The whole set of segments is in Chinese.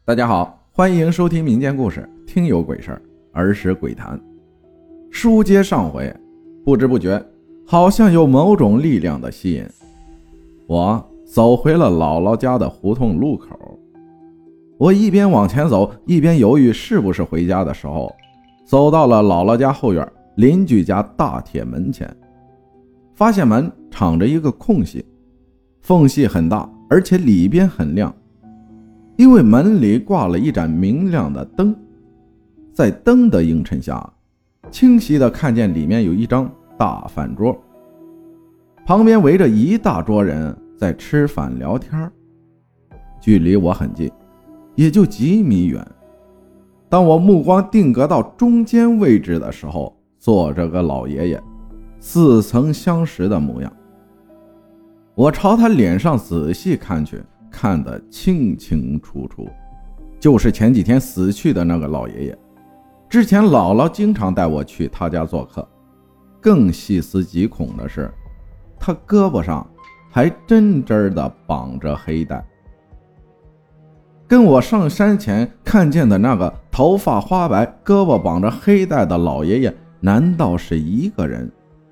大家好，欢迎收听民间故事，听有鬼事儿时鬼谈。书接上回，不知不觉好像有某种力量的吸引，我走回了姥姥家的胡同路口。我一边往前走，一边犹豫是不是回家的时候，走到了姥姥家后院邻居家大铁门前，发现门敞着一个空隙，缝隙很大，而且里边很亮，因为门里挂了一盏明亮的灯。在灯的映衬下，清晰地看见里面有一张大饭桌，旁边围着一大桌人在吃饭聊天，距离我很近，也就几米远。当我目光定格到中间位置的时候，坐着个老爷爷，似曾相识的模样。我朝他脸上仔细看去，看得清清楚楚，就是前几天死去的那个老爷爷。之前姥姥经常带我去他家做客，更细思极恐的是，他胳膊上还真真的绑着黑带，跟我上山前看见的那个头发花白、胳膊绑着黑带的老爷爷，难道是一个人？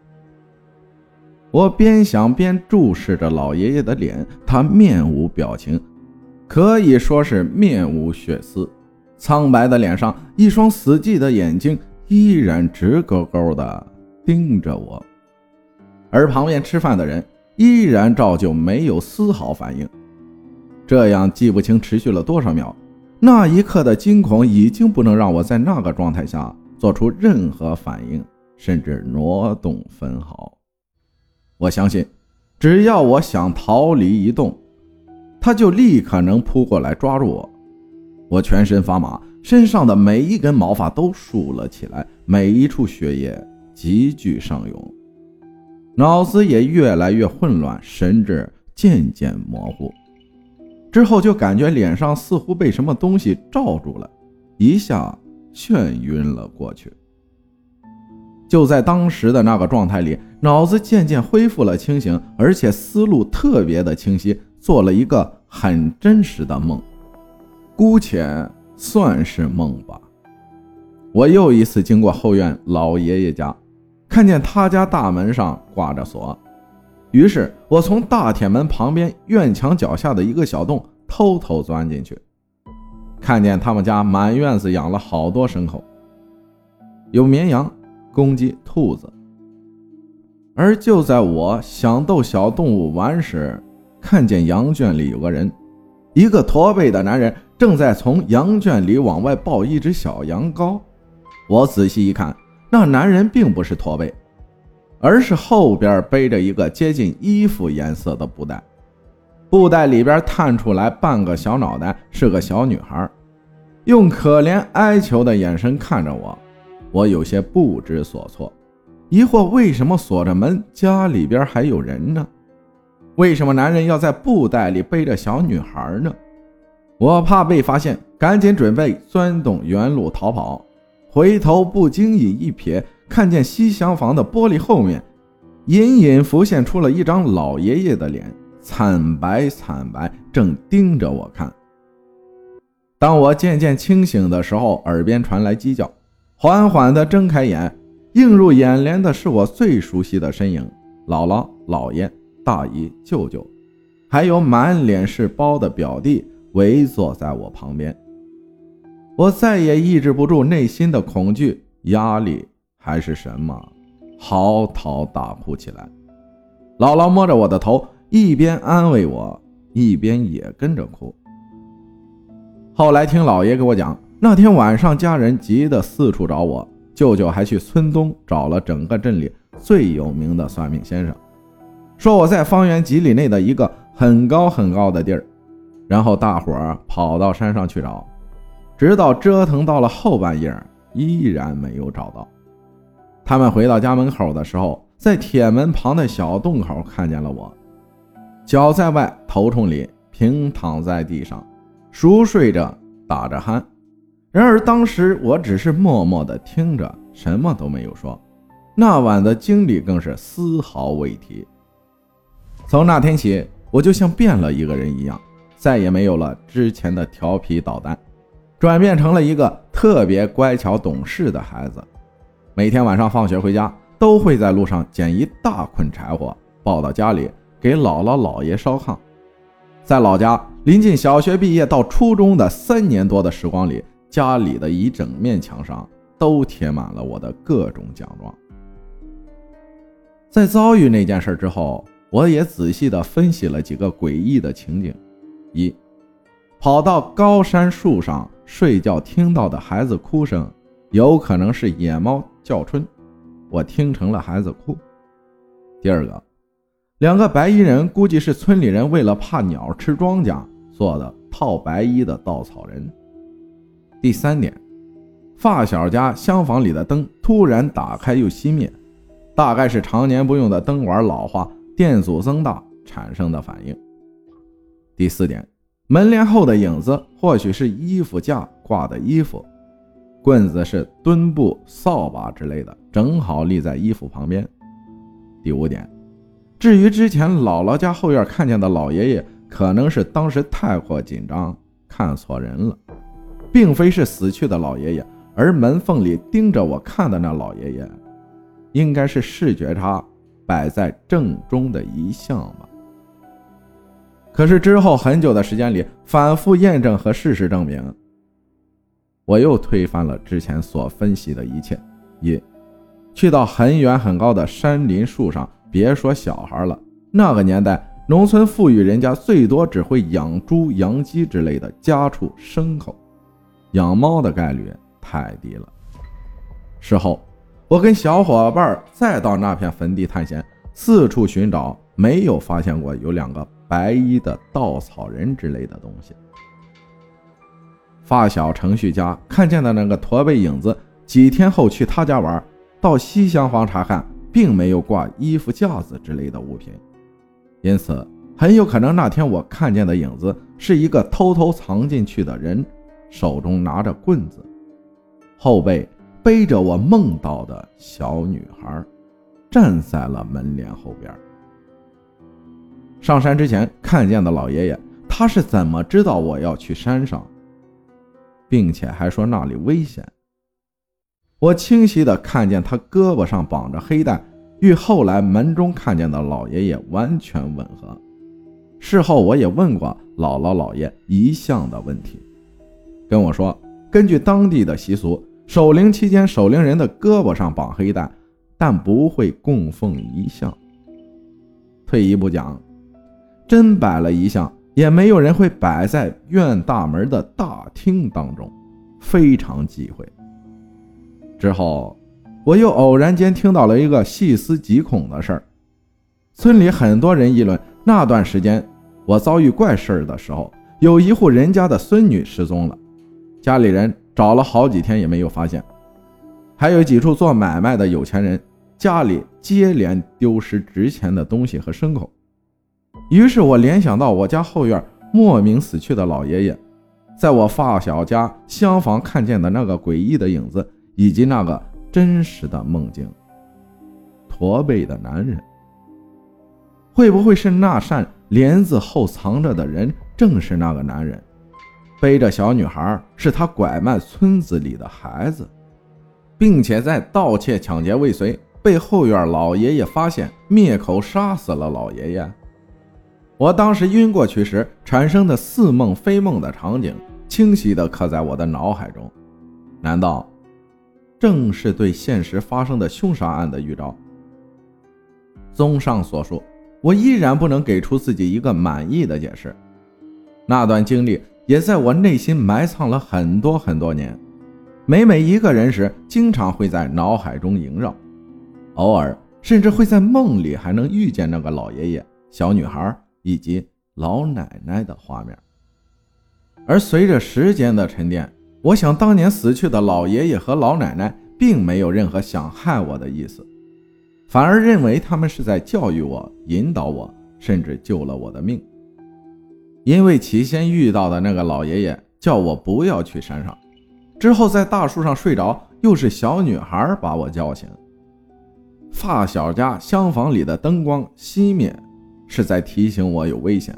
我边想边注视着老爷爷的脸，他面无表情，可以说是面无血丝，苍白的脸上，一双死寂的眼睛依然直勾勾地盯着我，而旁边吃饭的人依然照旧没有丝毫反应。这样记不清持续了多少秒，那一刻的惊恐已经不能让我在那个状态下做出任何反应，甚至挪动分毫。我相信只要我想逃离一动，他就立刻能扑过来抓住我。我全身发麻，身上的每一根毛发都竖了起来，每一处血液急剧上涌，脑子也越来越混乱，神志渐渐模糊。之后就感觉脸上似乎被什么东西罩住了，一下眩晕了过去。就在当时的那个状态里，脑子渐渐恢复了清醒，而且思路特别的清晰，做了一个很真实的梦，姑且算是梦吧。我又一次经过后院老爷爷家，看见他家大门上挂着锁，于是我从大铁门旁边院墙脚下的一个小洞偷偷钻进去，看见他们家满院子养了好多牲口，有绵羊、公鸡、兔子。而就在我想逗小动物玩时，看见羊圈里有个人，一个驼背的男人正在从羊圈里往外抱一只小羊羔。我仔细一看，那男人并不是驼背，而是后边背着一个接近衣服颜色的布袋，布袋里边探出来半个小脑袋，是个小女孩，用可怜哀求的眼神看着我。我有些不知所措，疑惑为什么锁着门，家里边还有人呢？为什么男人要在布袋里背着小女孩呢？我怕被发现，赶紧准备钻动原路逃跑，回头不经意一瞥，看见西厢房的玻璃后面隐隐浮现出了一张老爷爷的脸，惨白惨白，正盯着我看。当我渐渐清醒的时候，耳边传来鸡叫，缓缓地睁开眼，映入眼帘的是我最熟悉的身影，姥姥、姥爷、大姨、舅舅，还有满脸是包的表弟围坐在我旁边。我再也抑制不住内心的恐惧、压力还是什么，嚎啕大哭起来。姥姥摸着我的头，一边安慰我，一边也跟着哭。后来听姥爷给我讲，那天晚上家人急得四处找我，舅舅还去村东找了整个镇里最有名的算命先生，说我在方圆几里内的一个很高很高的地儿，然后大伙儿跑到山上去找，直到折腾到了后半夜依然没有找到。他们回到家门口的时候，在铁门旁的小洞口看见了我，脚在外，头冲里，平躺在地上熟睡着，打着鼾。然而当时我只是默默地听着，什么都没有说，那晚的经历更是丝毫未提。从那天起，我就像变了一个人一样， 再也没有了之前的调皮捣蛋，转变成了一个特别乖巧懂事的孩子。每天晚上放学回家，都会在路上捡一大捆柴火，抱到家里给姥姥姥爷烧炕。在老家，临近小学毕业到初中的3年多的时光里，家里的一整面墙上都贴满了我的各种奖状。在遭遇那件事之后，我也仔细地分析了几个诡异的情景。一，跑到高山树上睡觉听到的孩子哭声，有可能是野猫叫春，我听成了孩子哭。第二个，2个白衣人估计是村里人为了怕鸟吃庄稼做的套白衣的稻草人。第3点，发小家厢房里的灯突然打开又熄灭，大概是常年不用的灯管老化，电阻增大产生的反应。第4点，门帘后的影子或许是衣服架挂的衣服，棍子是墩布、扫把之类的，正好立在衣服旁边。第5点，至于之前姥姥家后院看见的老爷爷，可能是当时太过紧张看错人了，并非是死去的老爷爷，而门缝里盯着我看的那老爷爷应该是视觉差摆在正中的遗像吧。可是之后很久的时间里反复验证和事实证明，我又推翻了之前所分析的一切。一，去到很远很高的山林树上，别说小孩了，那个年代农村富裕人家最多只会养猪养鸡之类的家畜牲口，养猫的概率太低了。事后我跟小伙伴再到那片坟地探险，四处寻找，没有发现过有2个白衣的稻草人之类的东西。发小程序家看见的那个驼背影子，几天后去他家玩，到西厢房查看，并没有挂衣服架子之类的物品，因此很有可能那天我看见的影子是一个偷偷藏进去的人，手中拿着棍子，后背背着我梦到的小女孩，站在了门帘后边。上山之前看见的老爷爷，他是怎么知道我要去山上，并且还说那里危险？我清晰地看见他胳膊上绑着黑带，与后来门中看见的老爷爷完全吻合。事后我也问过姥姥姥爷遗像的问题，跟我说根据当地的习俗，守灵期间守灵人的胳膊上绑黑带，但不会供奉遗像。退一步讲，真摆了遗像，也没有人会摆在院大门的大厅当中，非常忌讳。之后我又偶然间听到了一个细思极恐的事儿。村里很多人议论，那段时间我遭遇怪事的时候，有一户人家的孙女失踪了，家里人找了好几天也没有发现。还有几处做买卖的有钱人，家里接连丢失值钱的东西和牲口。于是我联想到我家后院莫名死去的老爷爷，在我发小家厢房看见的那个诡异的影子，以及那个真实的梦境。驼背的男人，会不会是那扇帘子后藏着的人正是那个男人？背着小女孩是他拐卖村子里的孩子，并且在盗窃抢劫未遂，被后院老爷爷发现，灭口杀死了老爷爷。我当时晕过去时产生的似梦非梦的场景，清晰地刻在我的脑海中。难道正是对现实发生的凶杀案的预兆？综上所述，我依然不能给出自己一个满意的解释。那段经历也在我内心埋藏了很多很多年，每一个人时经常会在脑海中萦绕，偶尔甚至会在梦里还能遇见那个老爷爷、小女孩以及老奶奶的画面。而随着时间的沉淀，我想当年死去的老爷爷和老奶奶并没有任何想害我的意思，反而认为他们是在教育我、引导我，甚至救了我的命。因为起先遇到的那个老爷爷叫我不要去山上，之后在大树上睡着，又是小女孩把我叫醒。发小家厢房里的灯光熄灭，是在提醒我有危险。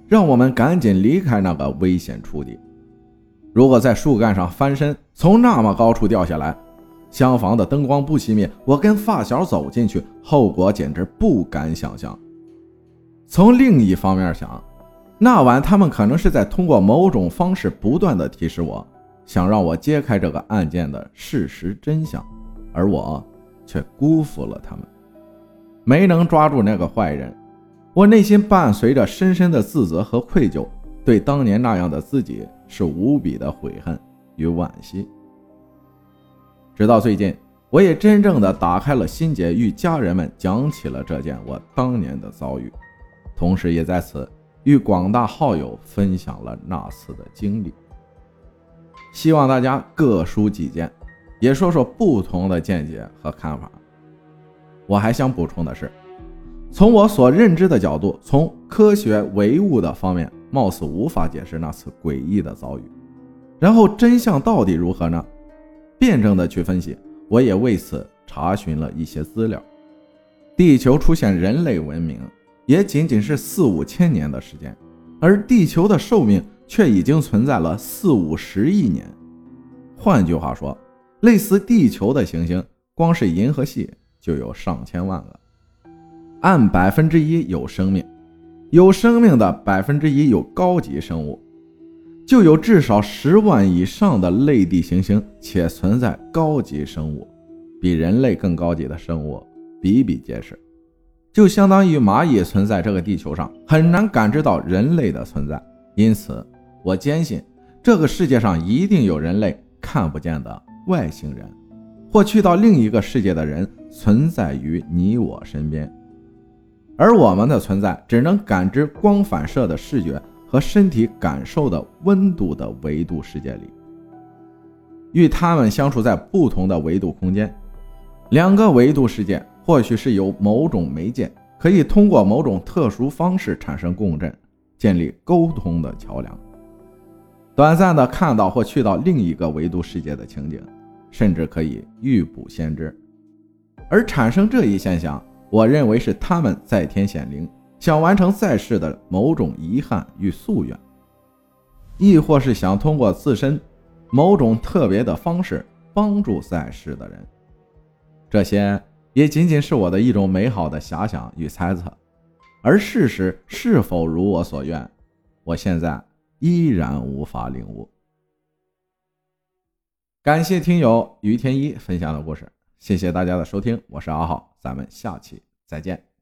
让我们赶紧离开那个危险处地。如果在树干上翻身，从那么高处掉下来，厢房的灯光不熄灭，我跟发小走进去，后果简直不敢想象。从另一方面想，那晚他们可能是在通过某种方式不断地提示我，想让我揭开这个案件的事实真相，而我却辜负了他们，没能抓住那个坏人。我内心伴随着深深的自责和愧疚，对当年那样的自己是无比的悔恨与惋惜。直到最近，我也真正的打开了心结，与家人们讲起了这件我当年的遭遇，同时也在此与广大好友分享了那次的经历。希望大家各抒己见，也说说不同的见解和看法。我还想补充的是，从我所认知的角度，从科学唯物的方面，貌似无法解释那次诡异的遭遇。然后真相到底如何呢？辩证的去分析，我也为此查询了一些资料。地球出现人类文明也仅仅是4-5千年的时间，而地球的寿命却已经存在了40-50亿年。换句话说，类似地球的行星，光是银河系就有上千万个。按1%有生命，有生命的1%有高级生物，就有至少10万以上的类地行星，且存在高级生物，比人类更高级的生物比比皆是。就相当于蚂蚁存在这个地球上，很难感知到人类的存在。因此，我坚信这个世界上一定有人类看不见的外星人，或去到另一个世界的人存在于你我身边。而我们的存在只能感知光反射的视觉和身体感受的温度的维度世界里，与他们相处在不同的维度空间。2个维度世界或许是由某种媒介可以通过某种特殊方式产生共振，建立沟通的桥梁，短暂的看到或去到另一个维度世界的情景，甚至可以预卜先知。而产生这一现象，我认为是他们在天显灵，想完成在世的某种遗憾与夙愿，亦或是想通过自身某种特别的方式帮助在世的人。这些也仅仅是我的一种美好的遐想与猜测，而事实是否如我所愿，我现在依然无法领悟。感谢听友于天一分享的故事，谢谢大家的收听，我是阿浩，咱们下期再见。